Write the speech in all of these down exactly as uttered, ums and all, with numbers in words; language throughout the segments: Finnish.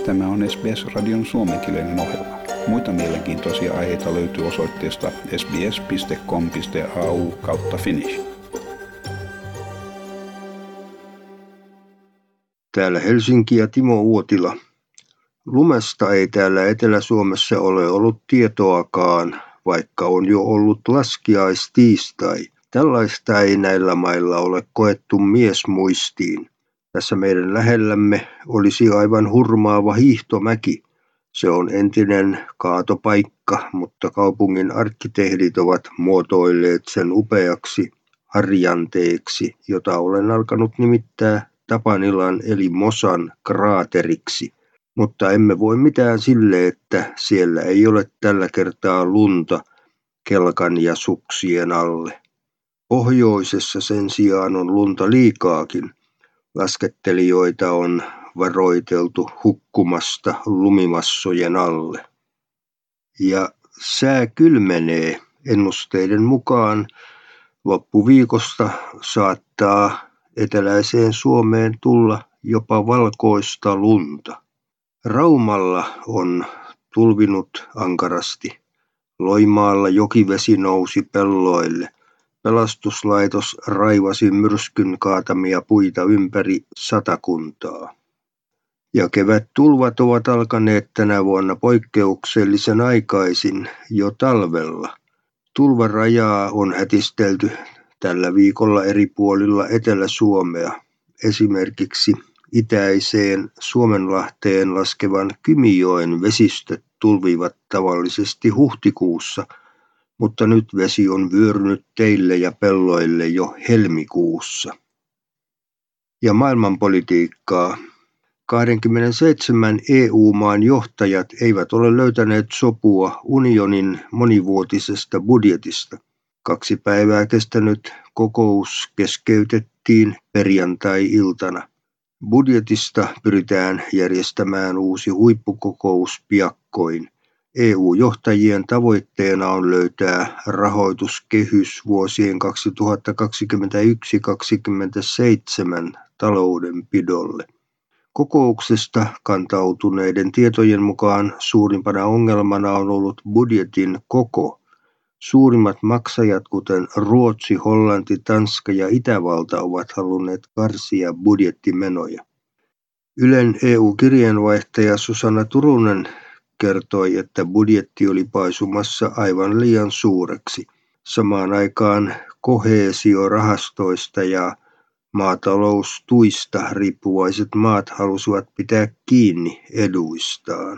Tämä on S B S-radion suomenkielinen ohjelma. Muita mielenkiintoisia aiheita löytyy osoitteesta sbs piste com piste a u kautta finnish. Täällä Helsinki ja Timo Uotila. Lumesta ei täällä Etelä-Suomessa ole ollut tietoakaan, vaikka on jo ollut laskiaistiistai. Tällaista ei näillä mailla ole koettu miesmuistiin. Tässä meidän lähellämme olisi aivan hurmaava hiihtomäki. Se on entinen kaatopaikka, mutta kaupungin arkkitehdit ovat muotoilleet sen upeaksi harjanteeksi, jota olen alkanut nimittää Tapanilan eli Mosan kraateriksi. Mutta emme voi mitään sille, että siellä ei ole tällä kertaa lunta kelkan ja suksien alle. Pohjoisessa sen sijaan on lunta liikaakin. Laskettelijoita on varoiteltu hukkumasta lumimassojen alle. Ja sää kylmenee. Ennusteiden mukaan loppuviikosta saattaa eteläiseen Suomeen tulla jopa valkoista lunta. Raumalla on tulvinut ankarasti. Loimaalla jokivesi nousi pelloille. Pelastuslaitos raivasi myrskyn kaatamia puita ympäri Satakuntaa. Ja kevättulvat ovat alkaneet tänä vuonna poikkeuksellisen aikaisin jo talvella. Tulvarajaa on hätistelty tällä viikolla eri puolilla Etelä-Suomea. Esimerkiksi itäiseen Suomenlahteen laskevan Kymijoen vesistöt tulvivat tavallisesti huhtikuussa, mutta nyt vesi on vyörynyt teille ja pelloille jo helmikuussa. Ja maailmanpolitiikkaa. kaksikymmentäseitsemän E U-maan johtajat eivät ole löytäneet sopua unionin monivuotisesta budjetista. Kaksi päivää kestänyt kokous keskeytettiin perjantai-iltana. Budjetista pyritään järjestämään uusi huippukokous piakkoin. E U-johtajien tavoitteena on löytää rahoituskehys vuosien kaksituhattakaksikymmentäyksi kaksikymmentäseitsemän taloudenpidolle. Kokouksesta kantautuneiden tietojen mukaan suurimpana ongelmana on ollut budjetin koko. Suurimmat maksajat, kuten Ruotsi, Hollanti, Tanska ja Itävalta, ovat halunneet karsia budjettimenoja. Ylen E U-kirjeenvaihtaja Susanna Turunen kertoi, että budjetti oli paisumassa aivan liian suureksi. Samaan aikaan koheesiorahastoista ja maataloustuista riippuvaiset maat halusivat pitää kiinni eduistaan.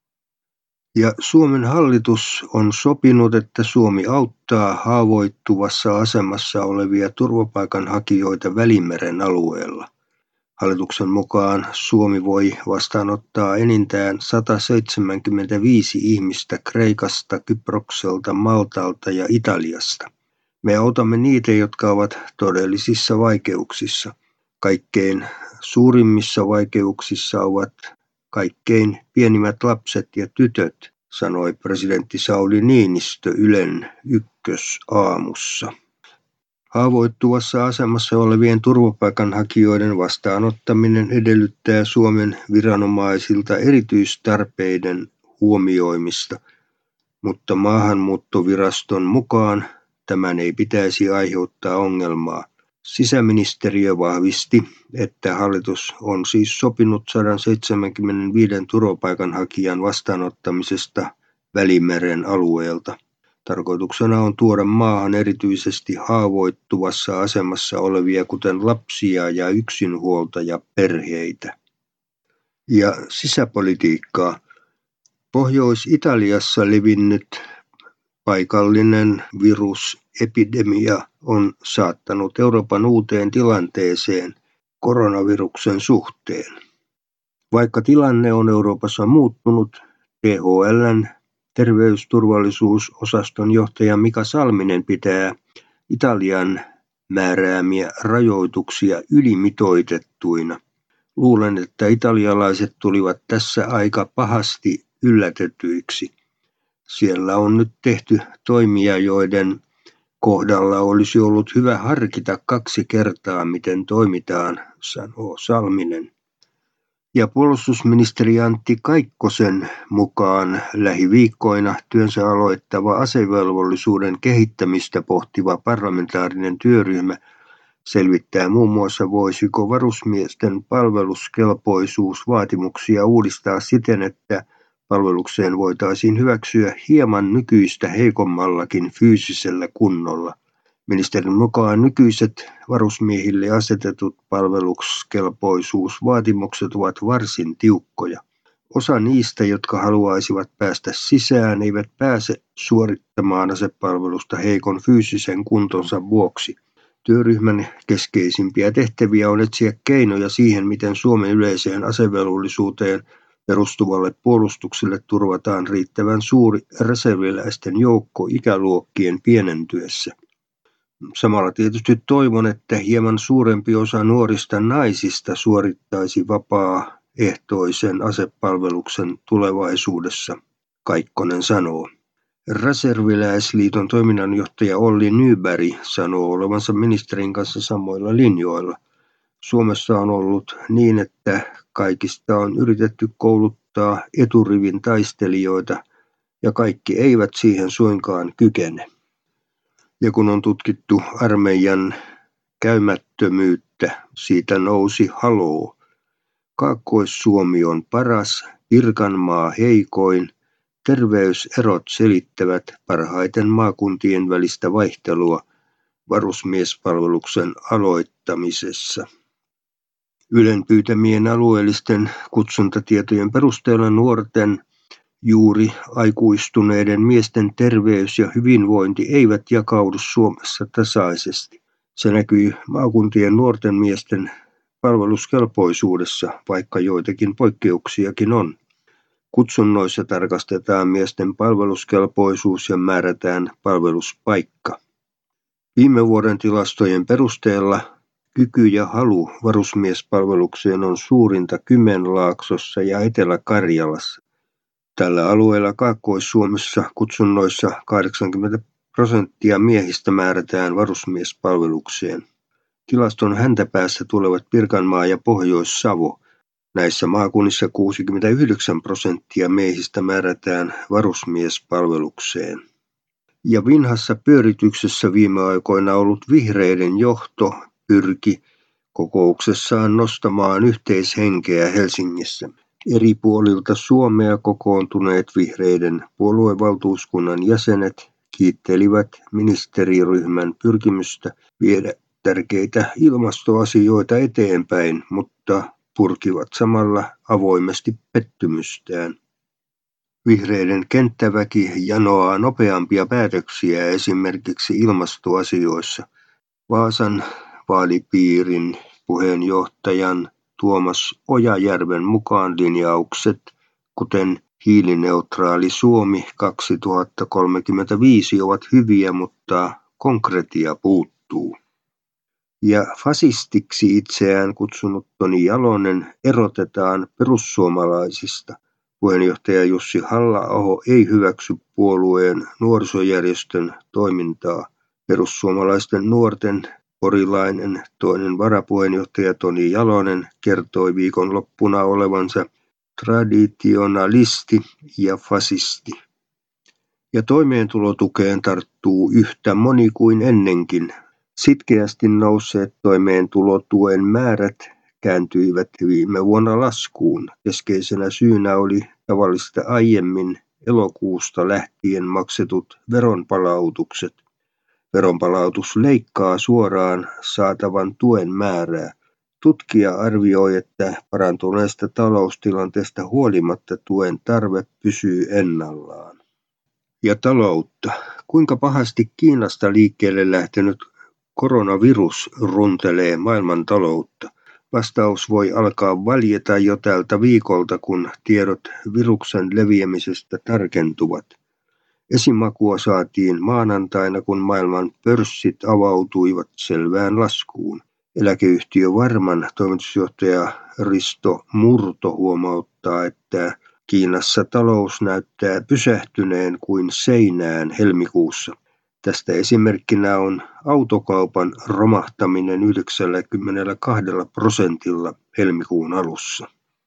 Ja Suomen hallitus on sopinut, että Suomi auttaa haavoittuvassa asemassa olevia turvapaikanhakijoita Välimeren alueella. Hallituksen mukaan Suomi voi vastaanottaa enintään sata seitsemänkymmentäviisi ihmistä Kreikasta, Kyprokselta, Maltalta ja Italiasta. Me autamme niitä, jotka ovat todellisissa vaikeuksissa. Kaikkein suurimmissa vaikeuksissa ovat kaikkein pienimmät lapset ja tytöt, sanoi presidentti Sauli Niinistö Ylen ykkösaamussa. Haavoittuvassa asemassa olevien turvapaikanhakijoiden vastaanottaminen edellyttää Suomen viranomaisilta erityistarpeiden huomioimista, mutta maahanmuuttoviraston mukaan tämän ei pitäisi aiheuttaa ongelmaa. Sisäministeriö vahvisti, että hallitus on siis sopinut sata seitsemänkymmentäviisi turvapaikanhakijan vastaanottamisesta Välimeren alueelta. Tarkoituksena on tuoda maahan erityisesti haavoittuvassa asemassa olevia, kuten lapsia ja yksinhuoltajaperheitä. Ja sisäpolitiikkaa. Pohjois-Italiassa levinnyt paikallinen virusepidemia on saattanut Euroopan uuteen tilanteeseen koronaviruksen suhteen. Vaikka tilanne on Euroopassa muuttunut, T H L:n terveysturvallisuusosaston johtaja Mika Salminen pitää Italian määräämiä rajoituksia ylimitoitettuina. Luulen, että italialaiset tulivat tässä aika pahasti yllätetyiksi. Siellä on nyt tehty toimia, joiden kohdalla olisi ollut hyvä harkita kaksi kertaa, miten toimitaan, sanoo Salminen. Ja puolustusministeri Antti Kaikkosen mukaan lähiviikkoina työnsä aloittava asevelvollisuuden kehittämistä pohtiva parlamentaarinen työryhmä selvittää muun muassa, voisiko varusmiesten palveluskelpoisuusvaatimuksia uudistaa siten, että palvelukseen voitaisiin hyväksyä hieman nykyistä heikommallakin fyysisellä kunnolla. Ministerin mukaan nykyiset varusmiehille asetetut palveluskelpoisuusvaatimukset ovat varsin tiukkoja. Osa niistä, jotka haluaisivat päästä sisään, eivät pääse suorittamaan asepalvelusta heikon fyysisen kuntonsa vuoksi. Työryhmän keskeisimpiä tehtäviä on etsiä keinoja siihen, miten Suomen yleiseen asevelvollisuuteen perustuvalle puolustukselle turvataan riittävän suuri reserviläisten joukko ikäluokkien pienentyessä. Samalla tietysti toivon, että hieman suurempi osa nuorista naisista suorittaisi vapaaehtoisen asepalveluksen tulevaisuudessa, Kaikkonen sanoo. Reserviläisliiton toiminnanjohtaja Olli Nyberg sanoo olevansa ministerin kanssa samoilla linjoilla. Suomessa on ollut niin, että kaikista on yritetty kouluttaa eturivin taistelijoita ja kaikki eivät siihen suinkaan kykene. Ja kun on tutkittu armeijan käymättömyyttä, siitä nousi haloo. Kaakkois-Suomi on paras, Pirkanmaa heikoin. Terveyserot selittävät parhaiten maakuntien välistä vaihtelua varusmiespalveluksen aloittamisessa. Ylen pyytämien alueellisten kutsuntatietojen perusteella nuorten, juuri aikuistuneiden miesten terveys ja hyvinvointi eivät jakaudu Suomessa tasaisesti. Se näkyy maakuntien nuorten miesten palveluskelpoisuudessa, vaikka joitakin poikkeuksiakin on. Kutsunnoissa tarkastetaan miesten palveluskelpoisuus ja määrätään palveluspaikka. Viime vuoden tilastojen perusteella kyky ja halu varusmiespalvelukseen on suurinta Kymenlaaksossa ja Etelä-Karjalassa. Tällä alueella Kaakkois-Suomessa kutsunnoissa kahdeksankymmentä prosenttia miehistä määrätään varusmiespalvelukseen. Tilaston häntäpäässä tulevat Pirkanmaa ja Pohjois-Savo. Näissä maakunnissa kuusikymmentäyhdeksän prosenttia miehistä määrätään varusmiespalvelukseen. Ja vinhassa pyörityksessä viime aikoina ollut vihreiden johto pyrki kokouksessaan nostamaan yhteishenkeä Helsingissä. Eri puolilta Suomea kokoontuneet vihreiden puoluevaltuuskunnan jäsenet kiittelivät ministeriryhmän pyrkimystä viedä tärkeitä ilmastoasioita eteenpäin, mutta purkivat samalla avoimesti pettymystään. Vihreiden kenttäväki janoaa nopeampia päätöksiä esimerkiksi ilmastoasioissa. Vaasan vaalipiirin puheenjohtajan Tuomas Ojajärven mukaan linjaukset, kuten hiilineutraali Suomi kaksituhattakolmekymmentäviisi, ovat hyviä, mutta konkretia puuttuu. Ja fasistiksi itseään kutsunut Toni Jalonen erotetaan perussuomalaisista. Puheenjohtaja Jussi Halla-aho ei hyväksy puolueen nuorisojärjestön toimintaa. Perussuomalaisten nuorten porilainen toinen varapuheenjohtaja Toni Jalonen kertoi viikonloppuna olevansa traditionalisti ja fasisti. Ja toimeentulotukeen tarttuu yhtä moni kuin ennenkin. Sitkeästi nousseet toimeentulotuen määrät kääntyivät viime vuonna laskuun. Keskeisenä syynä oli tavallista aiemmin elokuusta lähtien maksetut veronpalautukset. Veronpalautus leikkaa suoraan saatavan tuen määrää. Tutkija arvioi, että parantuneesta taloustilanteesta huolimatta tuen tarve pysyy ennallaan. Ja taloutta. Kuinka pahasti Kiinasta liikkeelle lähtenyt koronavirus runtelee maailman taloutta? Vastaus voi alkaa valjeta jo tältä viikolta, kun tiedot viruksen leviämisestä tarkentuvat. Esimakua saatiin maanantaina, kun maailman pörssit avautuivat selvään laskuun. Eläkeyhtiö Varman toimitusjohtaja Risto Murto huomauttaa, että Kiinassa talous näyttää pysähtyneen kuin seinään helmikuussa. Tästä esimerkkinä on autokaupan romahtaminen yhdeksänkymmentäkaksi prosentilla helmikuun alussa.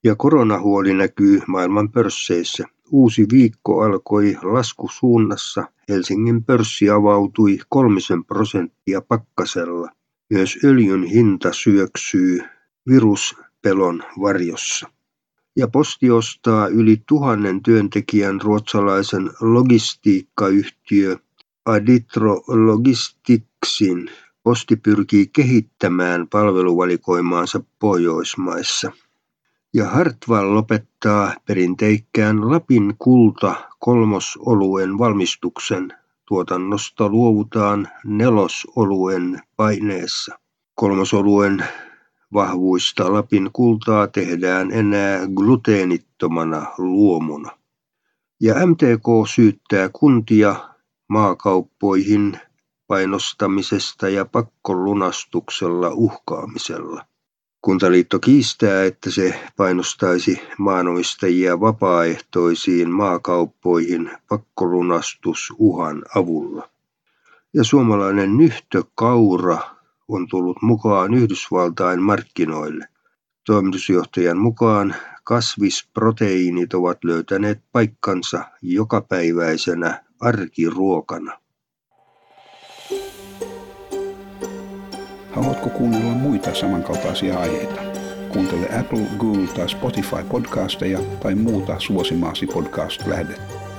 Ja koronahuoli näkyy maailman pörsseissä. Uusi viikko alkoi laskusuunnassa. Helsingin pörssi avautui kolmisen prosenttia pakkasella. Myös öljyn hinta syöksyy viruspelon varjossa. Ja Posti ostaa yli tuhannen työntekijän ruotsalaisen logistiikkayhtiö Aditro Logisticsin. Posti pyrkii kehittämään palveluvalikoimaansa Pohjoismaissa. Ja Hartwall lopettaa perinteikkään Lapin kulta kolmosoluen valmistuksen. Tuotannosta luovutaan nelosoluen paineessa. Kolmosoluen vahvuista Lapin kultaa tehdään enää gluteenittomana luomuna. Ja M T K syyttää kuntia maakauppoihin painostamisesta ja pakkolunastuksella uhkaamisella. Kuntaliitto kiistää, että se painostaisi maanomistajia vapaaehtoisiin maakauppoihin pakkolunastusuhan avulla. Ja suomalainen nyhtökaura on tullut mukaan Yhdysvaltain markkinoille. Toimitusjohtajan mukaan kasvisproteiinit ovat löytäneet paikkansa jokapäiväisenä arkiruokana. Haluatko kuunnella muita samankaltaisia aiheita? Kuuntele Apple, Google tai Spotify podcasteja tai muuta suosimaasi podcast-lähdettä.